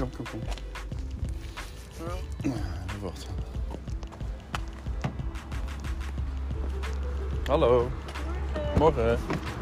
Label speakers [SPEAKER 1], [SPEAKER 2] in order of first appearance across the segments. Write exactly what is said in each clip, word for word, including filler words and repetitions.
[SPEAKER 1] kom, kom, kom. Even wachten. Hallo. Morgen.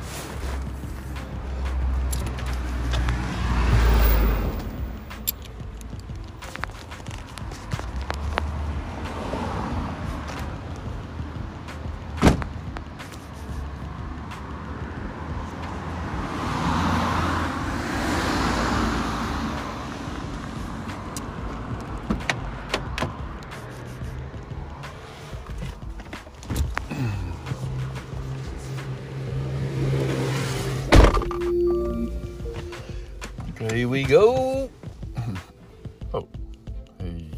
[SPEAKER 1] Here we go. Oh, hey.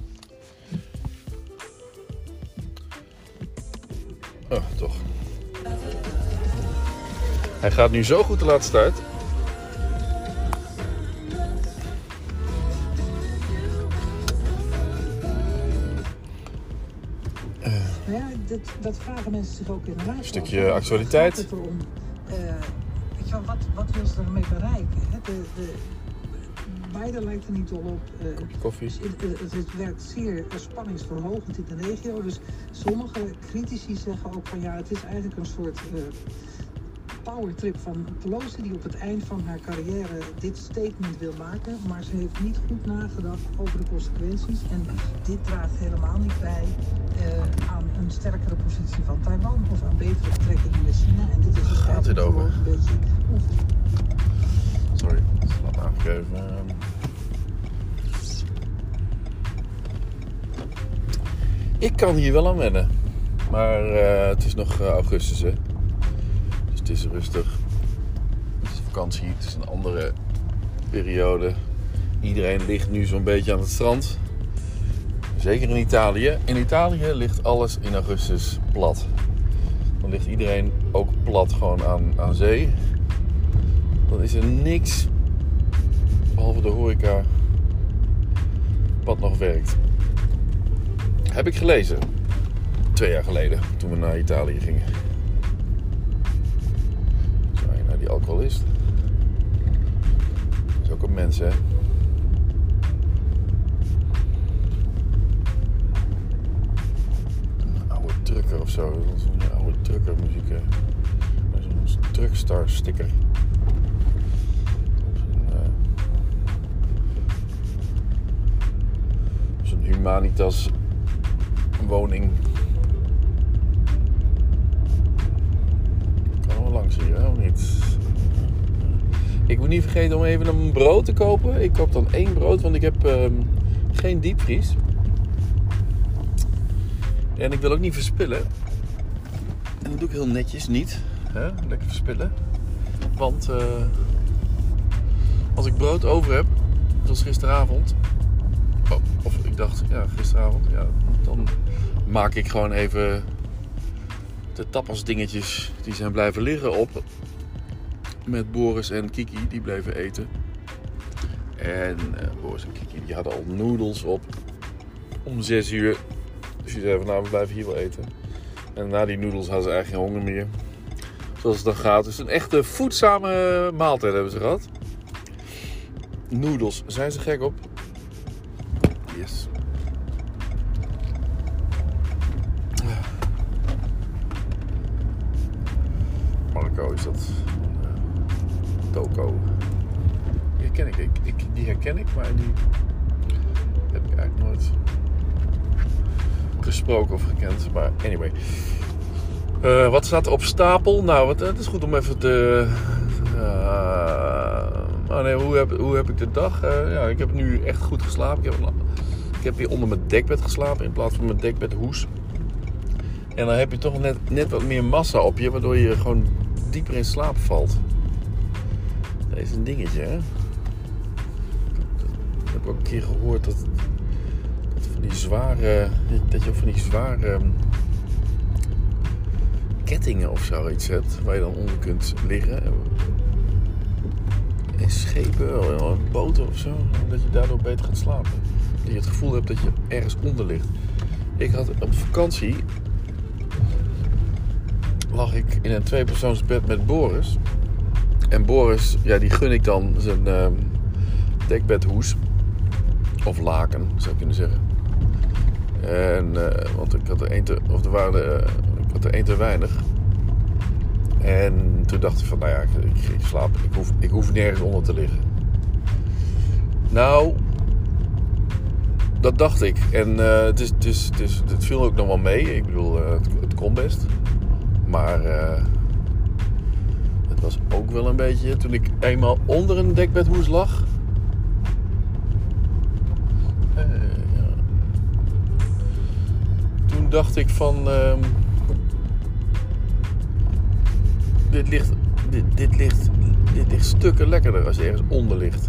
[SPEAKER 1] Oh, toch. Hij gaat nu zo goed de laatste tijd.
[SPEAKER 2] Uh, nou ja, dat, dat vragen mensen zich ook inderdaad.
[SPEAKER 1] Een stukje actualiteit.
[SPEAKER 2] Het erom, uh, weet je wel, wat, wat wil ze ermee bereiken? Hè? De, de, Biden lijkt er niet al op. Uh,
[SPEAKER 1] Kopje koffie.
[SPEAKER 2] Het, het, het werkt zeer spanningsverhogend in de regio. Dus sommige critici zeggen ook van ja, het is eigenlijk een soort uh, powertrip van Pelosi die op het eind van haar carrière dit statement wil maken. Maar ze heeft niet goed nagedacht over de consequenties. En dit draagt helemaal niet bij uh, aan een sterkere positie van Taiwan of aan betere betrekkingen met China. En dit is dus
[SPEAKER 1] gaat dit over?
[SPEAKER 2] een beetje onverstandig.
[SPEAKER 1] Sorry, dat is wat aangegeven. Ik kan hier wel aan wennen. Maar uh, het is nog uh, augustus, hè. Dus het is rustig. Het is vakantie, het is een andere periode. Iedereen ligt nu zo'n beetje aan het strand. Zeker in Italië. In Italië ligt alles in augustus plat. Dan ligt iedereen ook plat gewoon aan, aan zee. Dan is er niks, behalve de horeca, wat nog werkt. Heb ik gelezen. Twee jaar geleden, toen we naar Italië gingen. Zo, naar die alcoholist. Dat is ook een mens, hè. Een oude trucker of zo. Dat is een oude truckermuziek, hè. Zo'n truckstar sticker. Zo'n Humanitas woning. Kan er wel langs hier, hè? Of niet? Ik moet niet vergeten om even een brood te kopen. Ik koop dan één brood, want ik heb um, geen diepvries. En ik wil ook niet verspillen. En dat doe ik heel netjes niet. Hè? Lekker verspillen. Want uh, als ik brood over heb, zoals gisteravond. Oh, of ik dacht, ja, gisteravond. Ja, dan maak ik gewoon even de tapas dingetjes die zijn blijven liggen op. Met Boris en Kiki, die bleven eten. En uh, Boris en Kiki, die hadden al noedels op. Om zes uur. Dus die zeiden van, nou, we blijven hier wel eten. En na die noedels hadden ze eigenlijk geen honger meer. Zoals het dan gaat. Dus een echte voedzame maaltijd hebben ze gehad. Noedels, zijn ze gek op? Yes. Marco is dat. Uh, toko. Die herken ik. Ik, ik. Die herken ik, maar die heb ik eigenlijk nooit gesproken of gekend. Maar anyway. Uh, wat staat er op stapel? Nou, wat, het is goed om even te... Uh, oh nee, hoe heb, hoe heb ik de dag? Uh, ja, ik heb nu echt goed geslapen. Ik heb, ik heb weer onder mijn dekbed geslapen in plaats van mijn dekbedhoes. En dan heb je toch net, net wat meer massa op je, waardoor je gewoon dieper in slaap valt. Dat is een dingetje, hè? Ik heb ook een keer gehoord dat, dat van die zware... Dat je ook van die zware... kettingen of zoiets hebt waar je dan onder kunt liggen. In schepen, of boten of zo. Dat je daardoor beter gaat slapen. Dat je het gevoel hebt dat je ergens onder ligt. Ik had op vakantie... lag ik in een tweepersoonsbed met Boris. En Boris, ja, die gun ik dan zijn uh, dekbedhoes. Of laken, zou je kunnen zeggen. En, uh, want ik had er één te, of er waren er, uh, ik had er één te weinig. En toen dacht ik van, nou ja, ik, ik, ik slaap. Ik hoef, ik hoef nergens onder te liggen. Nou, dat dacht ik. En uh, het, is, het, is, het, is, het viel ook nog wel mee. Ik bedoel, uh, het, het kon best. Maar uh, het was ook wel een beetje... Toen ik eenmaal onder een dekbedhoes lag... Uh, ja. Toen dacht ik van... Uh, dit, ligt, dit, dit, ligt, dit ligt stukken lekkerder als je ergens onder ligt.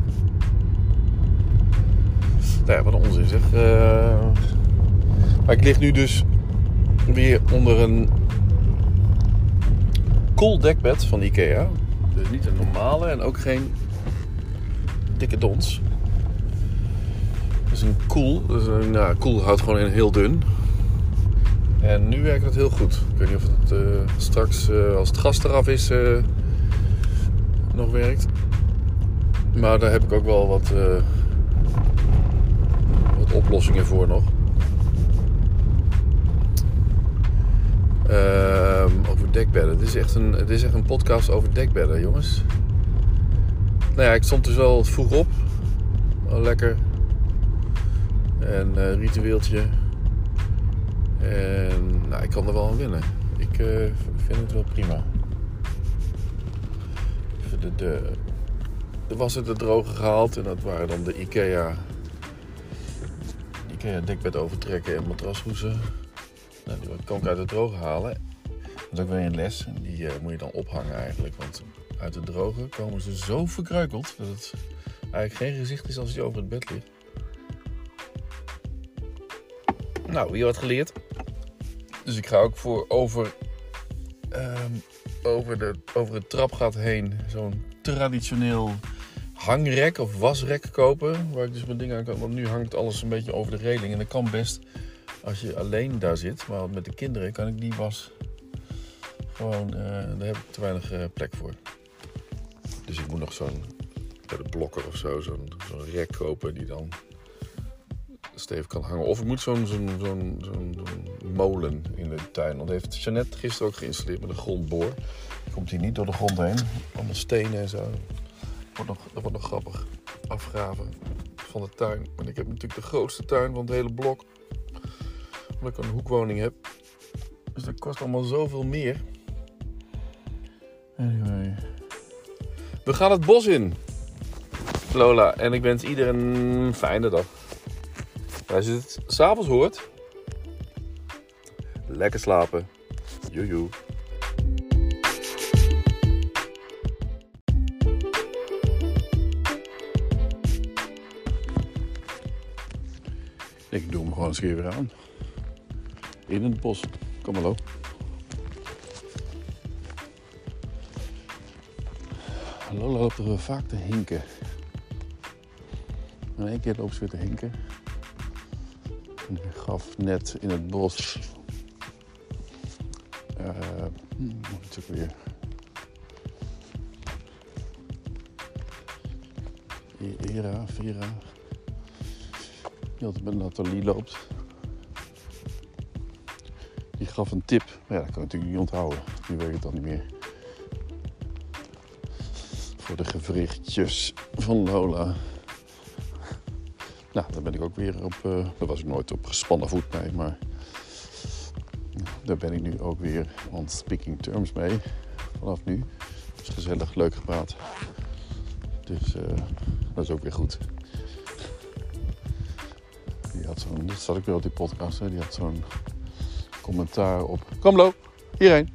[SPEAKER 1] Nou ja, wat een onzin zeg. Uh, maar ik lig nu dus weer onder een cool dekbed van Ikea. Dus niet een normale en ook geen dikke dons. Dus een cool. Dus een, nou, cool houdt gewoon in heel dun. En nu werkt het heel goed. Ik weet niet of het uh, straks, uh, als het gas eraf is, uh, nog werkt. Maar daar heb ik ook wel wat... Uh, oplossingen voor nog. Uh, over dekbedden. Het is, echt een, het is echt een podcast over dekbedden, jongens. Nou ja, ik stond dus wel vroeg op. Wel lekker. En uh, ritueeltje. En nou, ik kan er wel aan winnen. Ik uh, vind het wel prima. De, de, de was het de droge gehaald. En dat waren dan de Ikea... Ikea dekbed overtrekken en matrashoesen. Nou, die kan ik uit de droge halen. Dat is ook weer een les. En die uh, moet je dan ophangen eigenlijk. Want uit de droge komen ze zo verkreukeld dat het eigenlijk geen gezicht is als je over het bed ligt. Nou, wie had geleerd? Dus ik ga ook voor over, um, over, de, over het trapgat heen zo'n traditioneel hangrek of wasrek kopen. Waar ik dus mijn dingen aan kan. Want nu hangt alles een beetje over de reling. En dat kan best als je alleen daar zit. Maar met de kinderen kan ik die was gewoon... Uh, daar heb ik te weinig uh, plek voor. Dus ik moet nog zo'n... bij de blokker of zo. Zo'n, zo'n rek kopen die dan stevig kan hangen. Of ik moet zo'n, zo'n, zo'n, zo'n, zo'n molen in de tuin. Want dat heeft Jeannette gisteren ook geïnstalleerd met een grondboor. Komt hij niet door de grond heen. Allemaal stenen en zo. Dat wordt, nog, dat wordt nog grappig. Afgraven van de tuin. En ik heb natuurlijk de grootste tuin van het hele blok. Omdat ik een hoekwoning heb. Dus dat kost allemaal zoveel meer. Anyway. We gaan het bos in. Lola. En ik wens iedereen een fijne dag. Als je het 's avonds hoort. Lekker slapen. Joejoe. Ik doe hem gewoon eens weer aan. In het bos. Kom hallo. Lola loopt er vaak te hinken. In één keer loopt ze weer te hinken. En ik gaf net in het bos. Uh, moet ik het ook weer. Era, Vera. Die altijd met Nathalie loopt. Die gaf een tip. Maar ja, dat kan ik natuurlijk niet onthouden. Nu weet ik het dan niet meer. Voor de gewrichtjes van Lola. Nou, daar ben ik ook weer op... Uh, daar was ik nooit op gespannen voet mee. Maar daar ben ik nu ook weer on speaking terms mee. Vanaf nu. Het is gezellig, leuk gepraat. Dus uh, dat is ook weer goed. Die had zo'n... Dit zat ik weer op die podcast. Hè, die had zo'n commentaar op... Kom Lo, hierheen.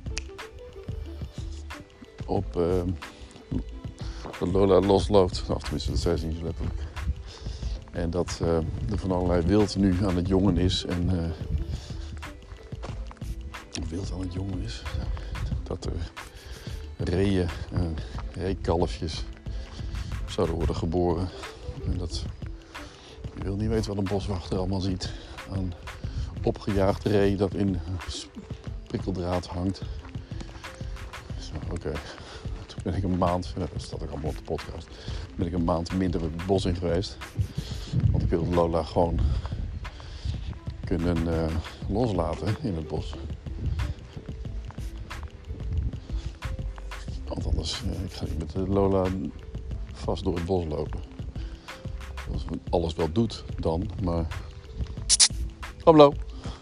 [SPEAKER 1] Op... Uh, dat Lola losloopt. Of tenminste, dat zei ze niet zo letterlijk. En dat uh, er van allerlei wild nu aan het jongen is. En uh, wild aan het jongen is. Dat er reeën, uh, reekalfjes zouden worden geboren. En dat, je wil niet weten wat een boswachter allemaal ziet aan opgejaagd ree dat in prikkeldraad hangt. Oké. Okay. Toen ben ik een maand, dat staat ook allemaal op de podcast, ben ik een maand minder het bos in geweest. Want ik wil Lola gewoon kunnen uh, loslaten in het bos. Want anders, uh, ik ga niet met de Lola vast door het bos lopen. Als alles wel doet dan, maar... Hallo.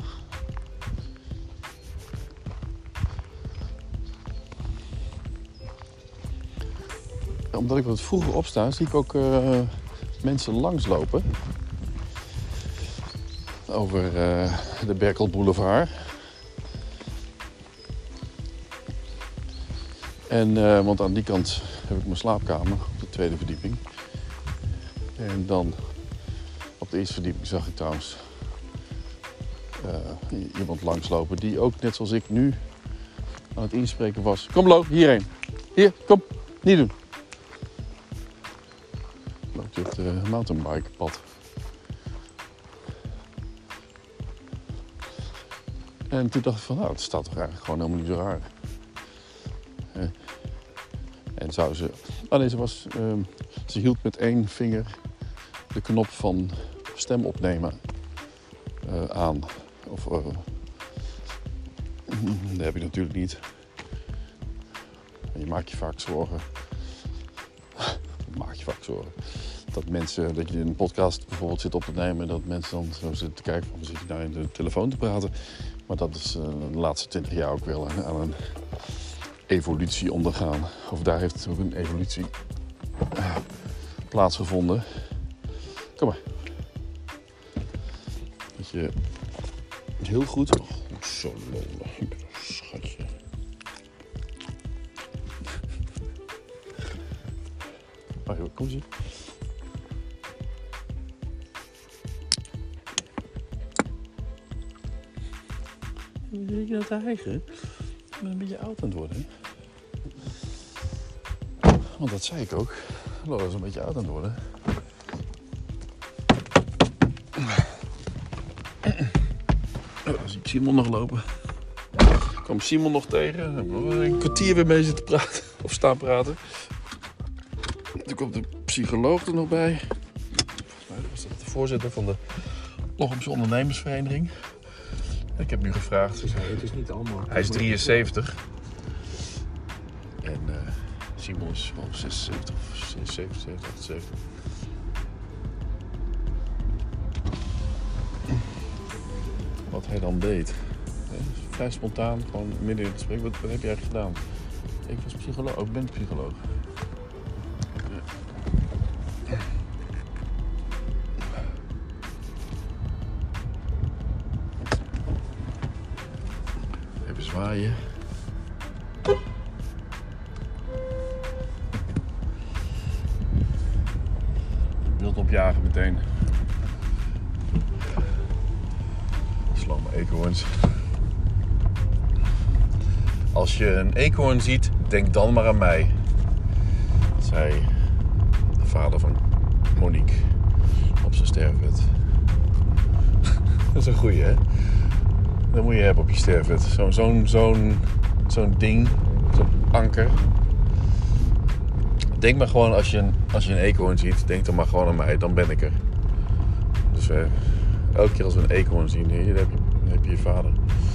[SPEAKER 1] Omdat ik wat vroeger opsta, zie ik ook uh, mensen langslopen. Over uh, de Berkel Boulevard. En, uh, want aan die kant heb ik mijn slaapkamer op de tweede verdieping. En dan op de eerste verdieping zag ik trouwens uh, iemand langslopen die ook net zoals ik nu aan het inspreken was. Kom Lo, hierheen. Hier, kom. Niet doen. Loopt dit uh, mountainbike pad. En toen dacht ik van, nou, het staat toch eigenlijk gewoon helemaal niet zo raar. Uh, en zou ze... Oh nee, ze was... Uh, ze hield met één vinger de knop van stem opnemen uh, aan. Of... Uh, dat heb ik natuurlijk niet. En je maakt je vaak zorgen. maak je vaak zorgen. Dat mensen, dat je een podcast bijvoorbeeld zit op te nemen... en dat mensen dan zo zitten te kijken van... zit je nou in de telefoon te praten... Maar dat is uh, de laatste twintig jaar ook wel uh, aan een evolutie ondergaan. Of daar heeft ook een evolutie uh, plaatsgevonden. Kom maar. Dat je heel goed... Oh, zo lollig. Schatje. Oh, joh, kom eens hier. Wat zit je nou te hijgen? Ik ben een beetje oud aan het worden. Want dat zei ik ook. Lola is een beetje oud aan het worden. Oh, dan zie ik Simon nog lopen. Ik kwam Simon nog tegen. Ik heb nog een kwartier weer mee zitten praten. Of staan praten. Toen komt de psycholoog er nog bij. Volgens mij was dat de voorzitter van de Lochemse Ondernemersvereniging. Ik heb nu gevraagd.
[SPEAKER 2] Dus hij, het is niet allemaal.
[SPEAKER 1] Hij is drieënzeventig. En uh, Simon is wel zesenzeventig of zevenenzeventig, achtenzeventig. Wat hij dan deed. Vrij spontaan, gewoon midden in het gesprek. Wat, wat heb jij gedaan? Ik was psycholoog. Ik ben psycholoog. Even zwaaien. Wild opjagen meteen. Slome eekhoorns. Als je een eekhoorn ziet, denk dan maar aan mij. Zei de vader van Monique op zijn sterfbed. Dat is een goeie, hè? Dat moet je hebben op je sterfbed. Zo, zo'n, zo'n, zo'n ding, zo'n anker. Denk maar gewoon, als je, een, als je een eekhoorn ziet, denk dan maar gewoon aan mij, dan ben ik er. Dus uh, elke keer als we een eekhoorn zien, hier heb je, heb je je vader.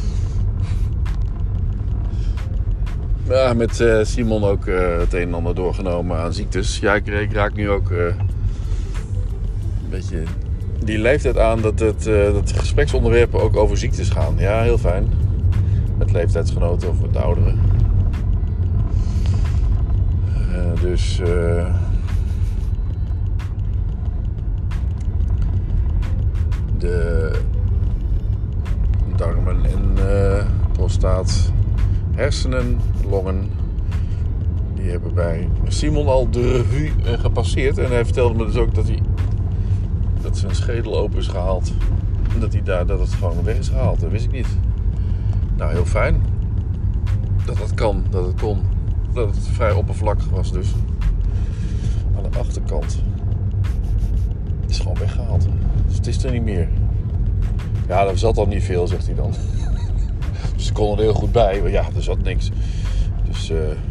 [SPEAKER 1] Ja, met uh, Simon ook uh, het een en ander doorgenomen aan ziektes. Ja, ik, ik raak nu ook uh, een beetje die leeftijd aan dat, het, uh, dat de gespreksonderwerpen ook over ziektes gaan. Ja, heel fijn. Met leeftijdsgenoten of met ouderen. Uh, dus... Uh, de darmen en uh, prostaat, hersenen, longen, die hebben bij Simon al de revue uh, gepasseerd. En hij vertelde me dus ook dat hij dat zijn schedel open is gehaald. En dat hij daar dat het gewoon weg is gehaald. Dat wist ik niet. Nou, heel fijn. Dat dat kan, dat het kon. Dat het vrij oppervlakkig was dus. Aan de achterkant. Het is gewoon weggehaald. Dus het is er niet meer. Ja, er zat al niet veel, zegt hij dan. Dus ze kon er heel goed bij. Maar ja, er zat niks. Dus uh, uh,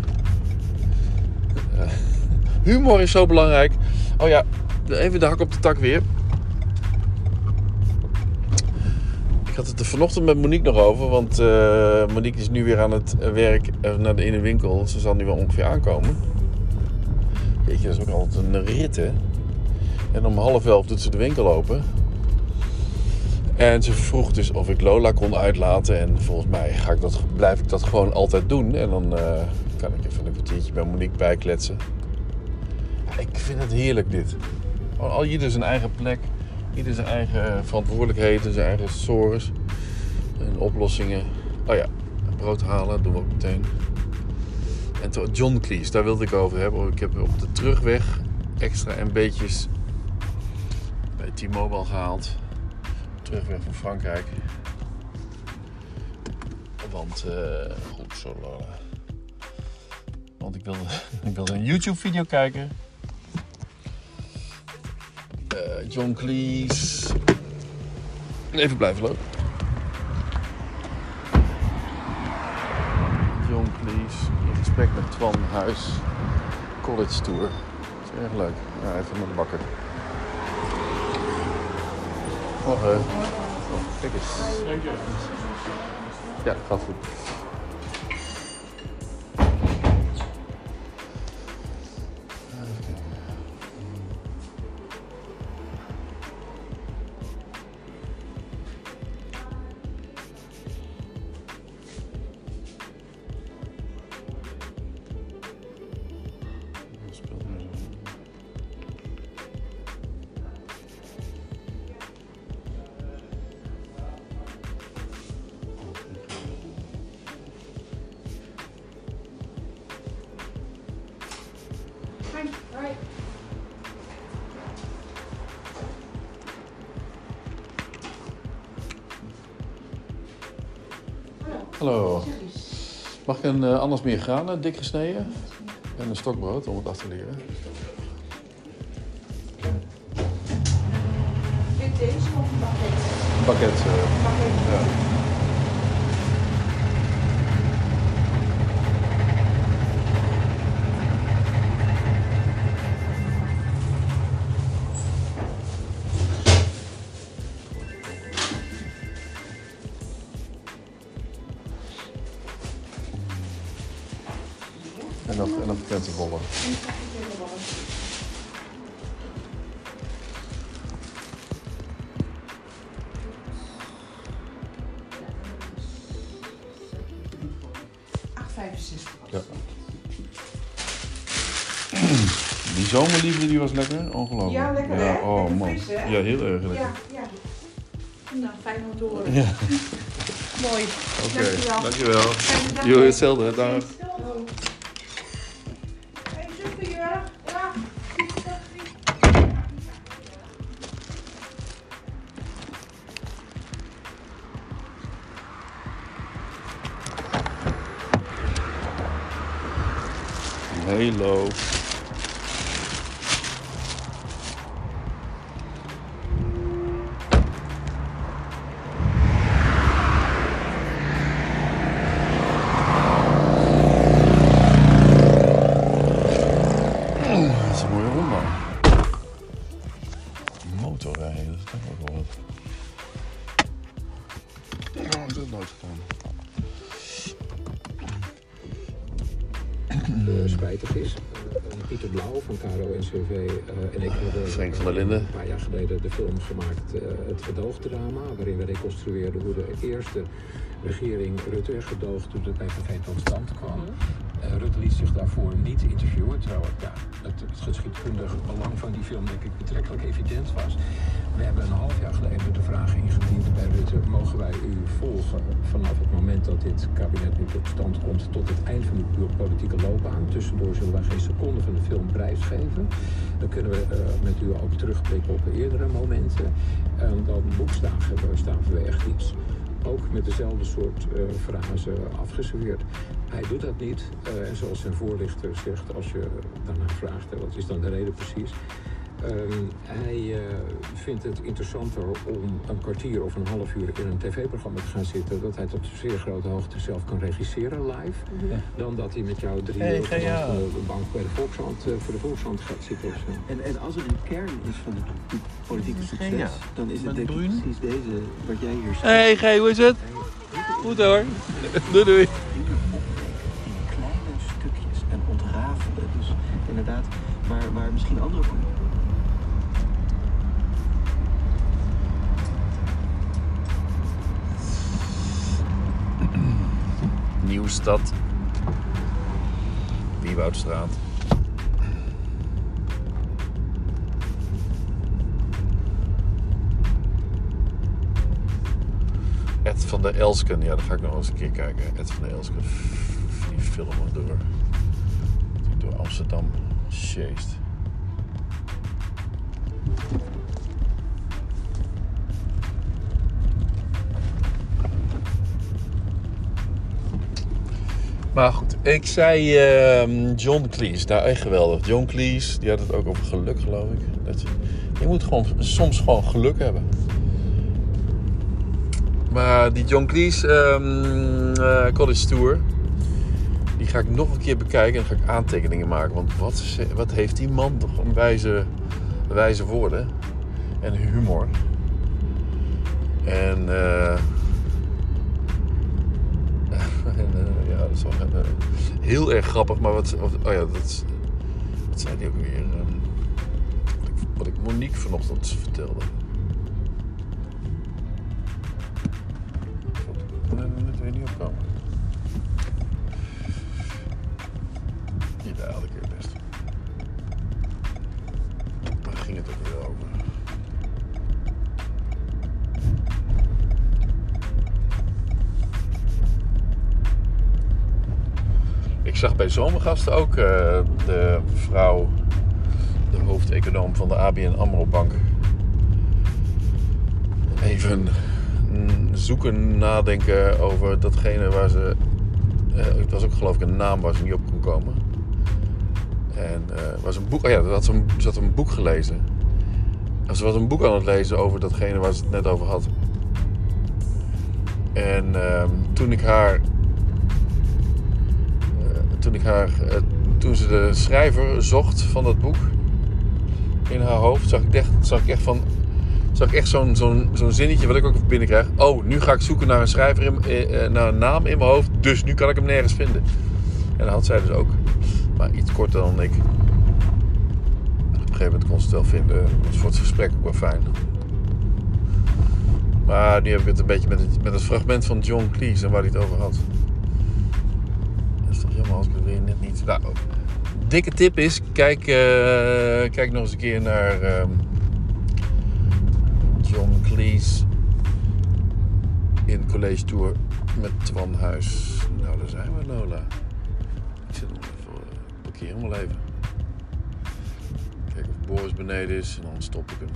[SPEAKER 1] humor is zo belangrijk. Oh ja, even de hak op de tak weer. Ik had het er vanochtend met Monique nog over, want uh, Monique is nu weer aan het werk uh, naar de, in de winkel. Ze zal nu wel ongeveer aankomen. Weet je, dat is ook altijd een rit, hè. En om half elf doet ze de winkel open. En ze vroeg dus of ik Lola kon uitlaten. En volgens mij ga ik dat, blijf ik dat gewoon altijd doen. En dan uh, kan ik even een kwartiertje bij Monique bijkletsen. Ja, ik vind het heerlijk, dit. Al ieder zijn eigen plek. Ieder zijn eigen verantwoordelijkheden. Zijn eigen sores. En oplossingen. Oh ja, brood halen. Doen we ook meteen. En to- John Cleese, daar wilde ik over hebben. Ik heb op de terugweg extra en beetjes bij T-Mobile gehaald. Terugweg van Frankrijk. Want, uh, goed zo Lola. Want ik wilde, ik wilde een YouTube video kijken. Uh, John Cleese. Even blijven lopen. John Cleese in gesprek met Twan Huis. College Tour. Dat is erg leuk. Ja, even met de bakker. Morgen. Oh, kijk eens. Ja, gaat goed. Hallo. Mag ik een uh, anders meer granen, dik gesneden? En een stokbrood om het af te leren.
[SPEAKER 3] Dit deze of een bakket?
[SPEAKER 1] Een bakket. Uh,
[SPEAKER 3] bakket.
[SPEAKER 1] Ja. En nog, en nog krentenbollen.
[SPEAKER 3] acht vijfenzestig.
[SPEAKER 1] Ja. Die zomerliefde die was lekker, ongelooflijk.
[SPEAKER 3] Ja, lekker
[SPEAKER 1] Ja,
[SPEAKER 3] hè?
[SPEAKER 1] oh
[SPEAKER 3] Lekker
[SPEAKER 1] man.
[SPEAKER 3] fris, hè?
[SPEAKER 1] Ja, heel erg lekker.
[SPEAKER 3] Ja, ja. Nou, fijn om te horen.
[SPEAKER 1] Ja.
[SPEAKER 3] Mooi.
[SPEAKER 1] Oké,
[SPEAKER 3] Dankjewel.
[SPEAKER 1] dankjewel.
[SPEAKER 3] Fijne dag.
[SPEAKER 1] Jo, hetzelfde, dag.
[SPEAKER 3] Hallo. Hey, super Jurgen. Ja.
[SPEAKER 1] Hallo. Dat is een mooie ronde. Motorrijden, dat is toch ook wel wat. Oh, ik heb het nooit gedaan.
[SPEAKER 4] Uh, spijtig is. Uh, Pieter Blauw van K R O N C V uh, en ik hebben
[SPEAKER 1] Frank van der Linden.
[SPEAKER 4] een paar jaar geleden de film gemaakt, uh, Het Gedoogdrama, waarin we reconstrueerden hoe de eerste regering Rutte werd gedoogd toen het bij P V tot stand kwam. Uh, Rutte liet zich daarvoor niet interviewen, terwijl ja, het, het geschiedkundige belang van die film denk ik betrekkelijk evident was. We hebben een half jaar geleden de vraag ingediend bij Rutte, mogen wij u volgen vanaf het moment dat dit kabinet nu tot stand komt tot het eind van uw politieke loopbaan. Tussendoor zullen wij geen seconde van de film prijsgeven. Dan kunnen we uh, met u ook terugblikken op eerdere momenten. En dan boekstaven staan we echt iets. Ook met dezelfde soort uh, frase afgeserveerd. Hij doet dat niet. Uh, en zoals zijn voorlichter zegt, als je daarna vraagt, wat is dan de reden precies? Um, hij uh, vindt het interessanter om een kwartier of een half uur in een tv-programma te gaan zitten, dat hij tot zeer grote hoogte zelf kan regisseren live, ja. dan dat hij met jou drie
[SPEAKER 1] hey,
[SPEAKER 4] uur
[SPEAKER 1] ja.
[SPEAKER 4] op de bank bij de Volkshand, uh, voor de Volkshand gaat zitten of zo.
[SPEAKER 5] En, en als er een kern is van het politieke succes, ja. dan is het denk ik precies deze, wat jij hier zegt.
[SPEAKER 1] Hey G, hoe is het? Goed hoor. Doei doei.
[SPEAKER 5] In kleine stukjes en ontrafelen, dus inderdaad, maar, maar misschien andere vormen.
[SPEAKER 1] Nieuwstad. Wieboudstraat. Ed van der Elsken, ja, daar ga ik nog eens een keer kijken. Ed van der Elsken, die filmen door, die door Amsterdam sjeest. Maar goed, ik zei uh, John Cleese, daar echt geweldig. John Cleese, die had het ook over geluk, geloof ik. Dat je, je moet gewoon, soms gewoon geluk hebben. Maar die John Cleese um, uh, College Tour, die ga ik nog een keer bekijken en ga ik aantekeningen maken. Want wat, wat heeft die man toch een wijze, wijze woorden en humor. En... Uh, ja, dat is wel uh, heel erg grappig, maar wat, oh ja, dat, wat zei hij ook weer? Um, wat, ik, wat ik Monique vanochtend vertelde. Nee, dat wil je niet opkomen. Ja, had ik weer best. Waar ging het ook weer over? Ik zag bij Zomergasten ook uh, de vrouw, de hoofdeconoom van de A B N AMRO Bank, even zoeken, nadenken over datgene waar ze... Uh, het was ook geloof ik een naam waar ze niet op kon komen. En uh, was een boek, oh ja, had ze, een, ze had een boek gelezen. Ze was een boek aan het lezen over datgene waar ze het net over had. En uh, toen ik haar... Toen, ik haar, toen ze de schrijver zocht van dat boek in haar hoofd, zag ik echt, zag ik echt, van, zag ik echt zo'n, zo'n, zo'n zinnetje wat ik ook binnenkrijg. Oh, nu ga ik zoeken naar een schrijver, in, naar een naam in mijn hoofd, dus nu kan ik hem nergens vinden. En dat had zij dus ook, maar iets korter dan ik. Op een gegeven moment kon ze het wel vinden. Dat was voor het gesprek ook wel fijn. Maar nu heb ik het een beetje met het, met het fragment van John Cleese en waar hij het over had. Jammer als ik het weer net niet... Nou, dikke tip is, kijk, uh, kijk nog eens een keer naar uh, John Cleese in College Tour met Twan Huis. Nou, daar zijn we, Lola. Ik zet hem even, uh, parkeer hem wel even. Kijk of Boris beneden is en dan stop ik hem.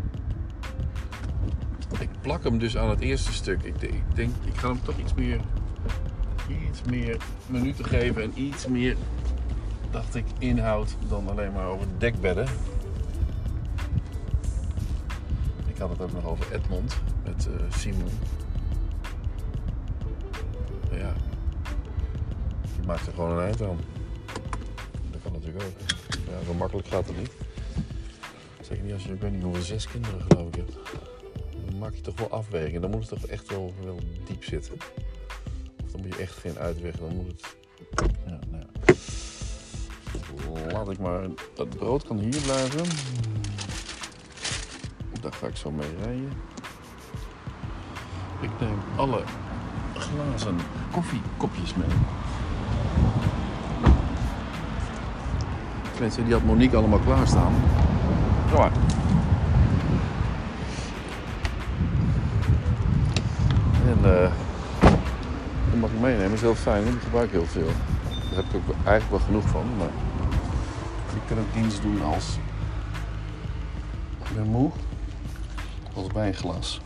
[SPEAKER 1] Ik plak hem dus aan het eerste stuk. Ik, ik denk, ik ga hem toch iets meer... iets meer minuten geven en iets meer, dacht ik, inhoud dan alleen maar over dekbedden. Ik had het ook nog over Edmond met uh, Simon. Maar ja, je maakt er gewoon een eind aan. Dat kan natuurlijk ook. Ja, zo makkelijk gaat het niet. Zeker niet als je, ik weet niet hoeveel, zes kinderen geloof ik hebt. Dan maak je toch wel afwegingen. Dan moet het toch echt wel, wel diep zitten. Dan moet je echt geen uitweg, dan moet het... Ja, nou ja. Laat ik maar... Dat brood kan hier blijven. Daar ga ik zo mee rijden. Ik neem alle glazen koffiekopjes mee. Tenminste, die had Monique allemaal klaarstaan. Kom maar. En... Uh, mag ik meenemen, dat is heel fijn, want ik gebruik heel veel. Daar heb ik ook eigenlijk wel genoeg van, maar ik kan ook dienst doen als ik ben moe, als wijnglas.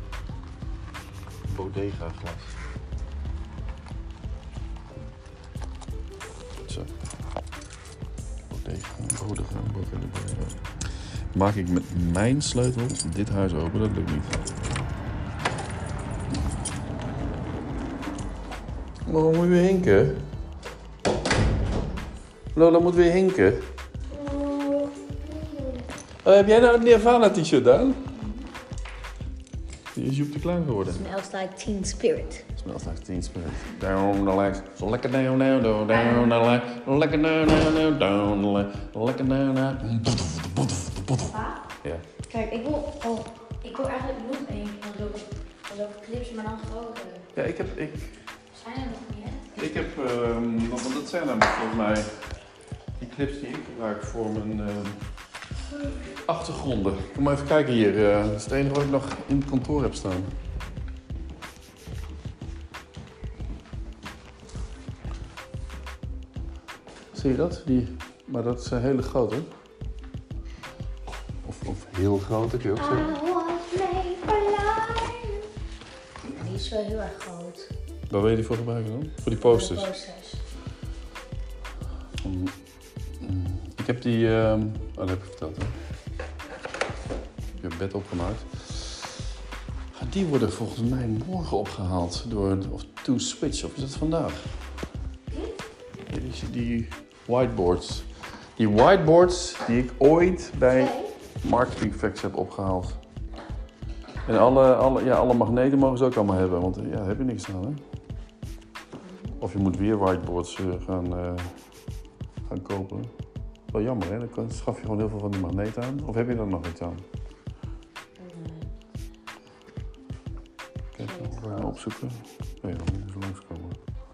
[SPEAKER 1] Bodega glas. Zo. Bodega, bodega, bodega, bodega. Maak ik met mijn sleutel dit huis open? Dat lukt niet. Oh, moet je weer hinken? Lola moet weer hinken. Oh, heb jij nou een Nirvana t-shirt aan? Die is Joep te klein geworden.
[SPEAKER 6] Smells like Teen Spirit.
[SPEAKER 1] Smells like Teen Spirit. Down the legs. Zo lekker down, down, down, down the leg. Lekker down, down, down, down the leg. Lekker down, down.
[SPEAKER 6] Pa?
[SPEAKER 1] Ja.
[SPEAKER 6] Kijk, ik wil, oh, ik wil eigenlijk nog één van zulke, van zulke clips, maar dan groter.
[SPEAKER 1] Ja, ik heb... Ik,
[SPEAKER 6] Zijn er nog niet, hè?
[SPEAKER 1] ik heb... Um, want dat zijn namelijk volgens mij... Die clips die ik gebruik voor mijn... Uh, achtergronden. Kom maar even kijken hier. Uh, dat is het enige wat ik nog in het kantoor heb staan. Zie je dat? Die, maar dat is een hele grote. Of, of heel grote, kun je ook zeggen.
[SPEAKER 6] I was made for life. Die is wel heel erg groot.
[SPEAKER 1] Waar wil je die voor gebruiken dan? Voor die posters?
[SPEAKER 6] Voor de posters.
[SPEAKER 1] Mm, mm. Ik heb die... Uh, oh, dat heb ik verteld, hè? Ik heb bed opgemaakt. Die worden volgens mij morgen opgehaald door of To Switch. Of is dat vandaag? Ja, die, die whiteboards. Die whiteboards die ik ooit bij Marketing Facts heb opgehaald. En alle, alle, ja, alle magneten mogen ze ook allemaal hebben, want ja, daar heb je niks aan, hè? Of je moet weer whiteboards uh, gaan, uh, gaan kopen. Wel jammer, hè? Dan schaf je gewoon heel veel van die magneten aan. Of heb je er nog iets aan? Kijk, we gaan opzoeken. Nee, dan moet je eens langskomen.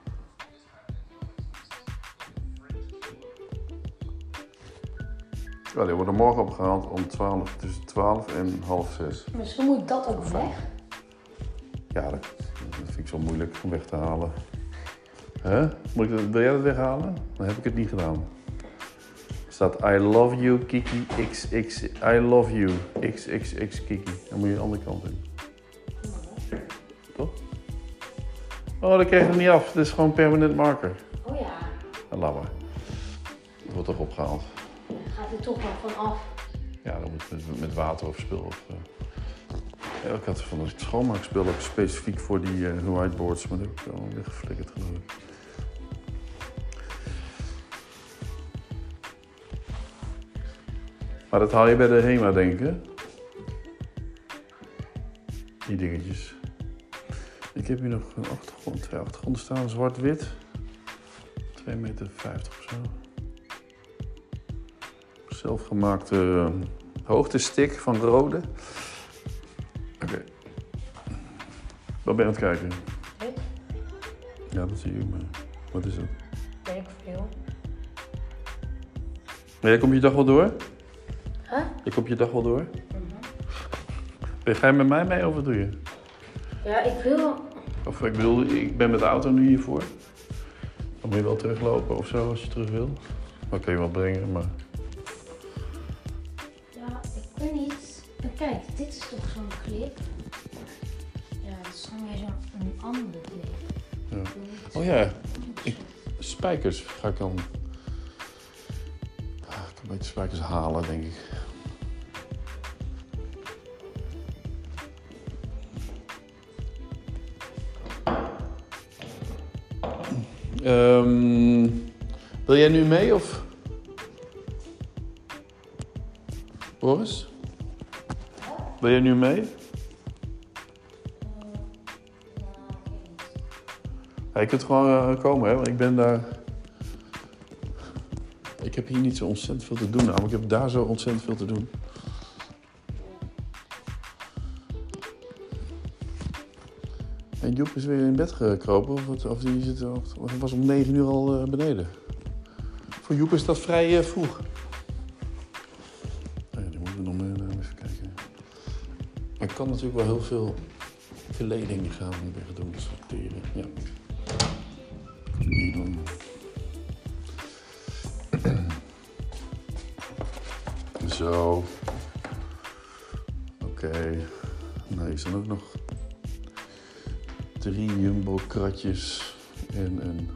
[SPEAKER 1] Ja, die worden morgen opgehaald om twaalf, tussen twaalf en half zes.
[SPEAKER 6] Misschien moet dat ook weg.
[SPEAKER 1] Ja, dat, dat vind ik zo moeilijk om weg te halen. Huh? Moet ik dat, wil jij dat weghalen? Dan heb ik het niet gedaan. Er staat I love you Kiki X X. I love you X X X Kiki. Dan moet je de andere kant in. Toch? Oh, dat krijg je er niet af. Dit is gewoon permanent marker.
[SPEAKER 6] Oh ja.
[SPEAKER 1] Dan laat maar. Het wordt toch opgehaald.
[SPEAKER 6] Gaat er toch wel van af.
[SPEAKER 1] Ja, dan moet het met, met water of spul. Of, uh... ja, ik had van een schoonmaakspul ook specifiek voor die uh, whiteboards, maar dat heb ik wel weer geflikkerd geloof ik. Maar dat haal je bij de HEMA, denk ik, hè? Die dingetjes. Ik heb hier nog een achtergrond, twee achtergronden staan, zwart-wit. twee meter vijftig of zo. Zelfgemaakte uh, hoogtestick van Rode. Oké. Okay. Wat ben je aan het kijken?
[SPEAKER 6] Dit?
[SPEAKER 1] Ja, dat zie ik, maar wat is dat?
[SPEAKER 6] Weet ik veel.
[SPEAKER 1] Maar jij komt je dag wel door?
[SPEAKER 6] Huh?
[SPEAKER 1] Je komt je dag wel door? Mm-hmm. Ga je met mij mee of wat doe je?
[SPEAKER 6] Ja, ik wil...
[SPEAKER 1] Of ik bedoel, ik ben met de auto nu hiervoor. Dan moet je wel teruglopen of zo als je terug wil. Dan kun je wel brengen, maar...
[SPEAKER 6] Ja, ik weet niet. Kijk, dit is toch zo'n clip? Ja, dat is gewoon weer zo'n andere clip.
[SPEAKER 1] Ja. Oh ja, ik, spijkers ga ik dan... Ah, ik kan een beetje spijkers halen, denk ik. Um, wil jij nu mee of? Boris? Wil jij nu mee? Ja, je kunt gewoon uh, komen, hè, want ik ben daar... Ik heb hier niet zo ontzettend veel te doen, namelijk ik heb daar zo ontzettend veel te doen. En Joep is weer in bed gekropen, of, het, of die zit, of, of was om negen uur al uh, beneden. Voor Joep is dat vrij uh, vroeg. Oh ja, die moeten we nog meer, uh, even kijken. Maar ik kan natuurlijk wel heel veel kleding gaan weer doen, sorteren. Ja. Hier dan. Zo. Oké. Okay. Nou, hier staan ook nog drie Jumbo kratjes en een...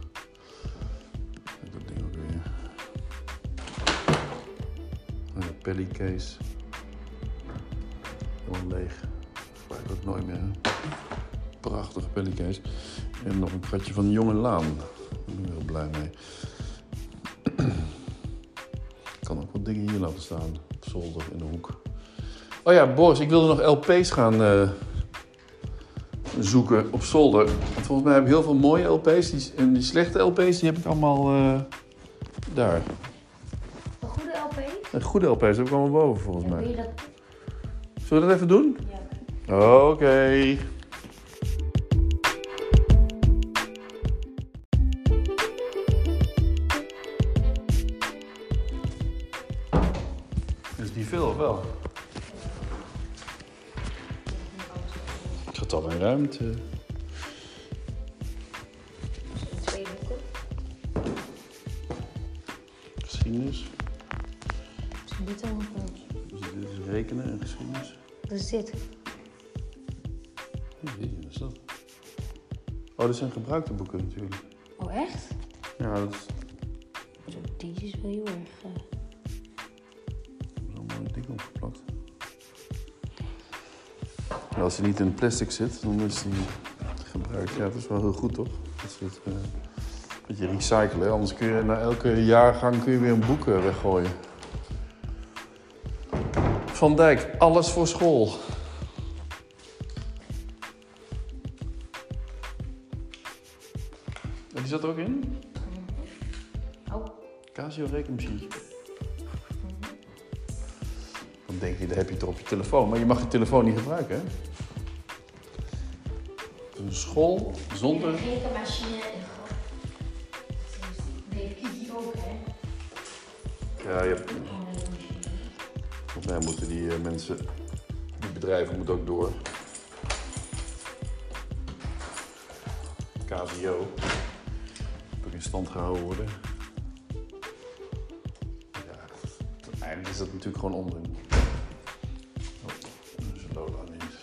[SPEAKER 1] Dat ding ook weer. Een pellicase. leeg. Gebruik ik ook nooit meer. Prachtige pellicase. En nog een kratje van Jong en Laan. Daar ben ik heel blij mee. Ik kan ook wat dingen hier laten staan. Op zolder in de hoek. Oh ja, Boris, ik wilde nog L P's gaan uh, zoeken op zolder. Want volgens mij heb ik heel veel mooie L P's. Die, en die slechte L P's die heb ik allemaal uh, daar.
[SPEAKER 6] Een goede L P?
[SPEAKER 1] Een goede L P's heb ik allemaal boven volgens
[SPEAKER 6] Ja,
[SPEAKER 1] mij.
[SPEAKER 6] wil je dat?
[SPEAKER 1] Zullen we dat even doen?
[SPEAKER 6] Ja.
[SPEAKER 1] Oké. Okay. Is die veel of wel? Ik had al mijn ruimte.
[SPEAKER 6] Twee boeken.
[SPEAKER 1] Geschiedenis.
[SPEAKER 6] Is dit dan nog?
[SPEAKER 1] Dus dit is rekenen en geschiedenis.
[SPEAKER 6] Wat is dit?
[SPEAKER 1] Hey, wat is dat? Oh, dit zijn gebruikte boeken natuurlijk.
[SPEAKER 6] Oh, echt?
[SPEAKER 1] Ja, dat is...
[SPEAKER 6] Zo, die is wel heel erg... Uh...
[SPEAKER 1] Er is allemaal een ding opgeplakt. Ja, als hij niet in plastic zit, dan is hij gebruikt. Ja, dat is wel heel goed, toch? Dat is het, uh, een beetje recyclen. Anders kun je na elke jaargang kun je weer een boek uh, weggooien. Van Dijk, alles voor school. En die zat er ook in?
[SPEAKER 6] Oh.
[SPEAKER 1] Casio rekenmachine. Dan denk je, dan heb je het er op je telefoon. Maar je mag je telefoon niet gebruiken, hè? Een school zonder...
[SPEAKER 6] Een rekenmachine. Dat deed ik hier ook, hè?
[SPEAKER 1] Ja, je hebt... Volgens mij moeten die uh, mensen... Die bedrijven moeten ook door. Casio. Moet ook in stand gehouden worden. Ja, uiteindelijk is dat natuurlijk gewoon onzin. Oh, dat is een Lola links.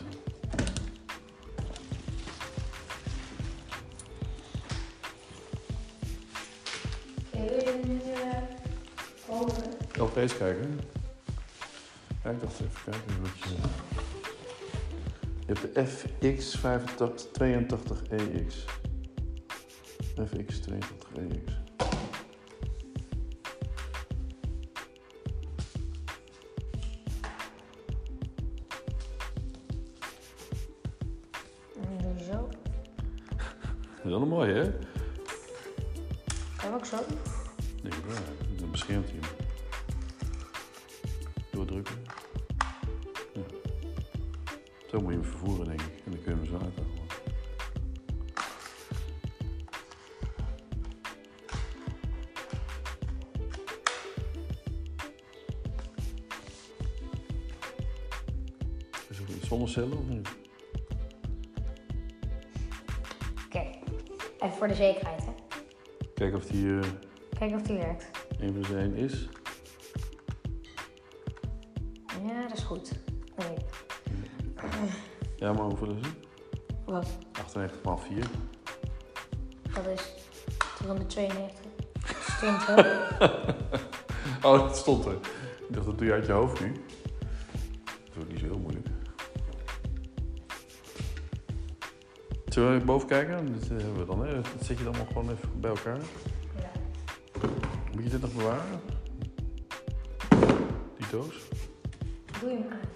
[SPEAKER 6] Wil je nu uh, over?
[SPEAKER 1] L P's kijken. Ja, ik dacht even kijken wat je... Je hebt de F X tweeëntachtig E X. F X tweeëntachtig E X.
[SPEAKER 6] En doe je zo.
[SPEAKER 1] Dat is wel een mooie, hè?
[SPEAKER 6] Kan ook zo.
[SPEAKER 1] Denk ik wel, ja. Dan beschermt hij hem. Doordrukken. Ja. Zo moet je hem vervoeren, denk ik. En dan kun je hem zo uithalen. Is het zonnecellen of niet?
[SPEAKER 6] Oké. Even voor de zekerheid, hè.
[SPEAKER 1] Kijk of die uh,
[SPEAKER 6] Kijk of die werkt.
[SPEAKER 1] één plus één is.
[SPEAKER 6] Ja, dat is goed. Nee.
[SPEAKER 1] Ja, maar hoeveel is het?
[SPEAKER 6] Wat?
[SPEAKER 1] achtennegentig maal vier.
[SPEAKER 6] Dat is tweehonderdtweeënnegentig. Stond wel.
[SPEAKER 1] Oh, dat stond er. Ik dacht, dat doe je uit je hoofd nu. Dat is ook niet zo heel moeilijk. Zullen we even boven kijken? Dit hebben we dan, hè? Dat zet je dan allemaal gewoon even bij elkaar.
[SPEAKER 6] Ja.
[SPEAKER 1] Moet je dit nog bewaren? Die doos?
[SPEAKER 6] Doe je hem uit.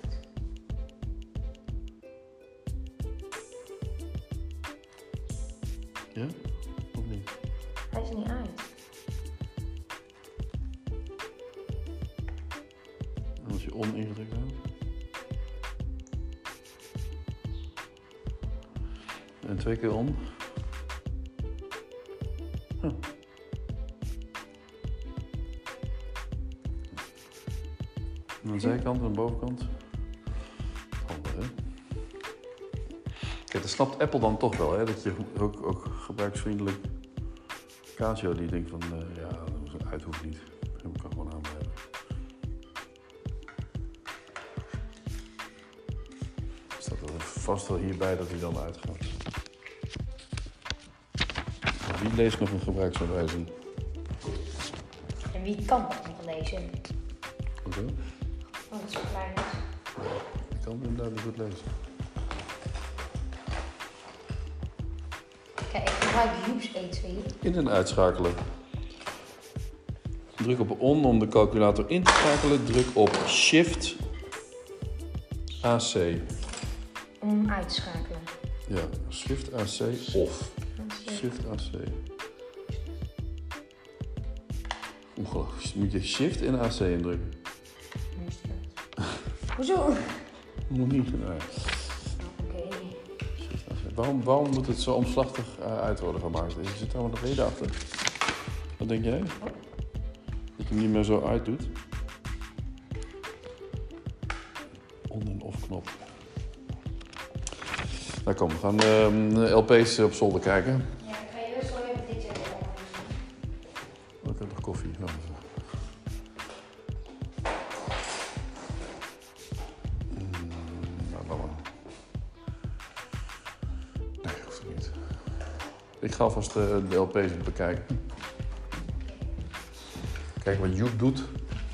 [SPEAKER 1] Ja? Of niet?
[SPEAKER 6] Hij is niet uit.
[SPEAKER 1] En als je on ingedrukt houdt. En twee keer on. Huh. Aan de zijkant en de bovenkant. Handig, hè? Kijk, dat snapt Apple dan toch wel, hè? Dat je ook, ook gebruiksvriendelijk Casio die denkt van, uh, ja, dat uit hoeft niet. Dat kan gewoon aanblijven. Staat er vast wel hierbij dat hij dan uitgaat. Wie leest nog een gebruiksaanwijzing?
[SPEAKER 6] En wie kan dat nog lezen?
[SPEAKER 1] Oké.
[SPEAKER 6] Want het zo klein is.
[SPEAKER 1] kan het inderdaad niet goed lezen.
[SPEAKER 6] Kijk, ik gebruik Joep's E twee.
[SPEAKER 1] In- en uitschakelen. Druk op on om de calculator in te schakelen. Druk op Shift A C.
[SPEAKER 6] Om uit te schakelen.
[SPEAKER 1] Ja, Shift A C off. Shift A C. Ongelooflijk. Moet je Shift en A C indrukken.
[SPEAKER 6] Hoezo?
[SPEAKER 1] Moet niet. Nee.
[SPEAKER 6] Oké.
[SPEAKER 1] Shift A C. Waarom, waarom moet het zo omslachtig uh, uit worden gemaakt? Er zit allemaal een reden achter. Wat denk jij? Dat je hem niet meer zo uitdoet. On- en off knop. Nou kom, we gaan uh, L P's op zolder kijken.
[SPEAKER 6] Ja, ik ga je zo even dit zeggen.
[SPEAKER 1] Oh, ik heb nog koffie. Oh, even. Mm, nou, laat maar. Nee, hoeft het niet. Ik ga alvast uh, de L P's bekijken. Kijk wat Joep doet.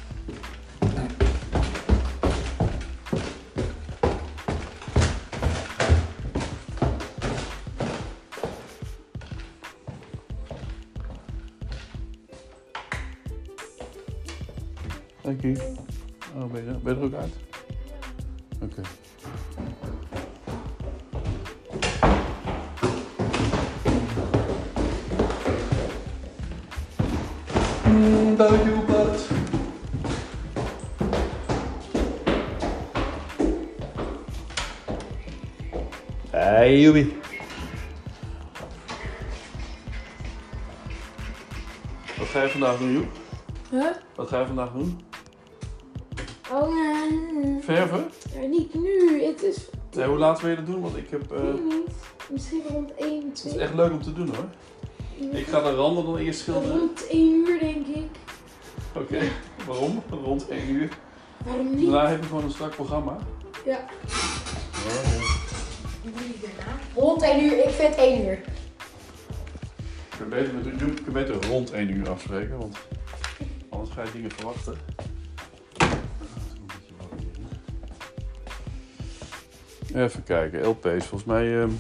[SPEAKER 1] Dank u. Oh, ben, je, ben je er ook uit? Oké. Okay. Mm, dank u, Bart. Hey, Joepie. Wat ga je vandaag doen, Joep?
[SPEAKER 3] Huh?
[SPEAKER 1] Wat ga je vandaag doen?
[SPEAKER 3] Oh, nee.
[SPEAKER 1] Verven?
[SPEAKER 3] Ja, niet nu. Het is...
[SPEAKER 1] Nee, hoe laat wil je dat doen? Want ik heb... Uh...
[SPEAKER 3] Ik weet niet. Misschien rond één,
[SPEAKER 1] Het
[SPEAKER 3] twee.
[SPEAKER 1] is echt leuk om te doen, hoor. Ik ga de randen dan eerst schilderen.
[SPEAKER 3] Rond één uur, denk ik.
[SPEAKER 1] Oké, okay. Waarom? Rond één uur.
[SPEAKER 3] Waarom niet?
[SPEAKER 1] Daarna heb je gewoon een strak programma.
[SPEAKER 3] Ja.
[SPEAKER 1] Oh.
[SPEAKER 6] Rond één uur, ik vind één uur.
[SPEAKER 1] Ik kan beter, met, je kan beter rond één uur afspreken, want anders ga je dingen verwachten. Even kijken, L P's. Volgens mij... Uh...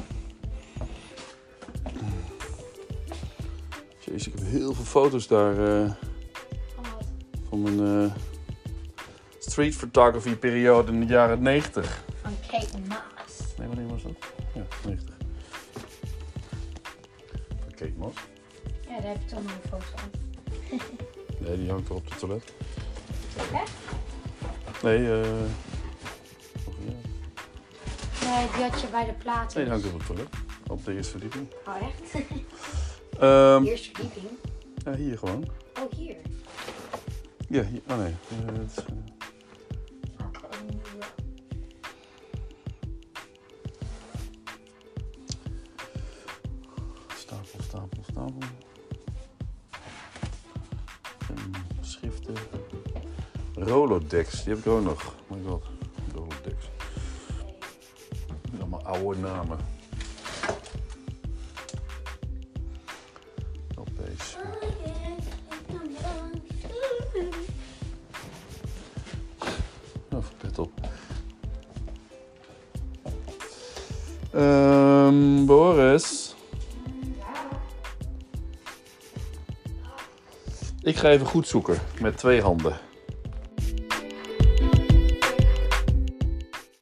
[SPEAKER 1] Jezus, ik heb heel veel foto's daar uh... van mijn uh... street photography periode in de jaren negentig.
[SPEAKER 6] Van Kate Moss.
[SPEAKER 1] Nee, wanneer was dat? Ja, negentig. Van Kate Moss.
[SPEAKER 6] Ja, daar heb ik toch nog een foto van.
[SPEAKER 1] Nee, die hangt er op het toilet.
[SPEAKER 6] Hè?
[SPEAKER 1] Nee, eh... Uh...
[SPEAKER 6] Nee, die had je bij de platen.
[SPEAKER 1] Nee, die hangt op het toilet. Op de eerste verdieping.
[SPEAKER 6] Oh, echt?
[SPEAKER 1] Um,
[SPEAKER 6] Eerste verdieping?
[SPEAKER 1] Ja, hier gewoon.
[SPEAKER 6] Oh, hier.
[SPEAKER 1] Ja, hier. Oh nee. Uh, het is, uh... Stapel, stapel, stapel. En schriften. Rolodex, die heb ik ook nog. Oh my god, Rolodex. Allemaal oude namen. L P's. Nou, pet op. Um, Boris. Ik ga even goed zoeken met twee handen.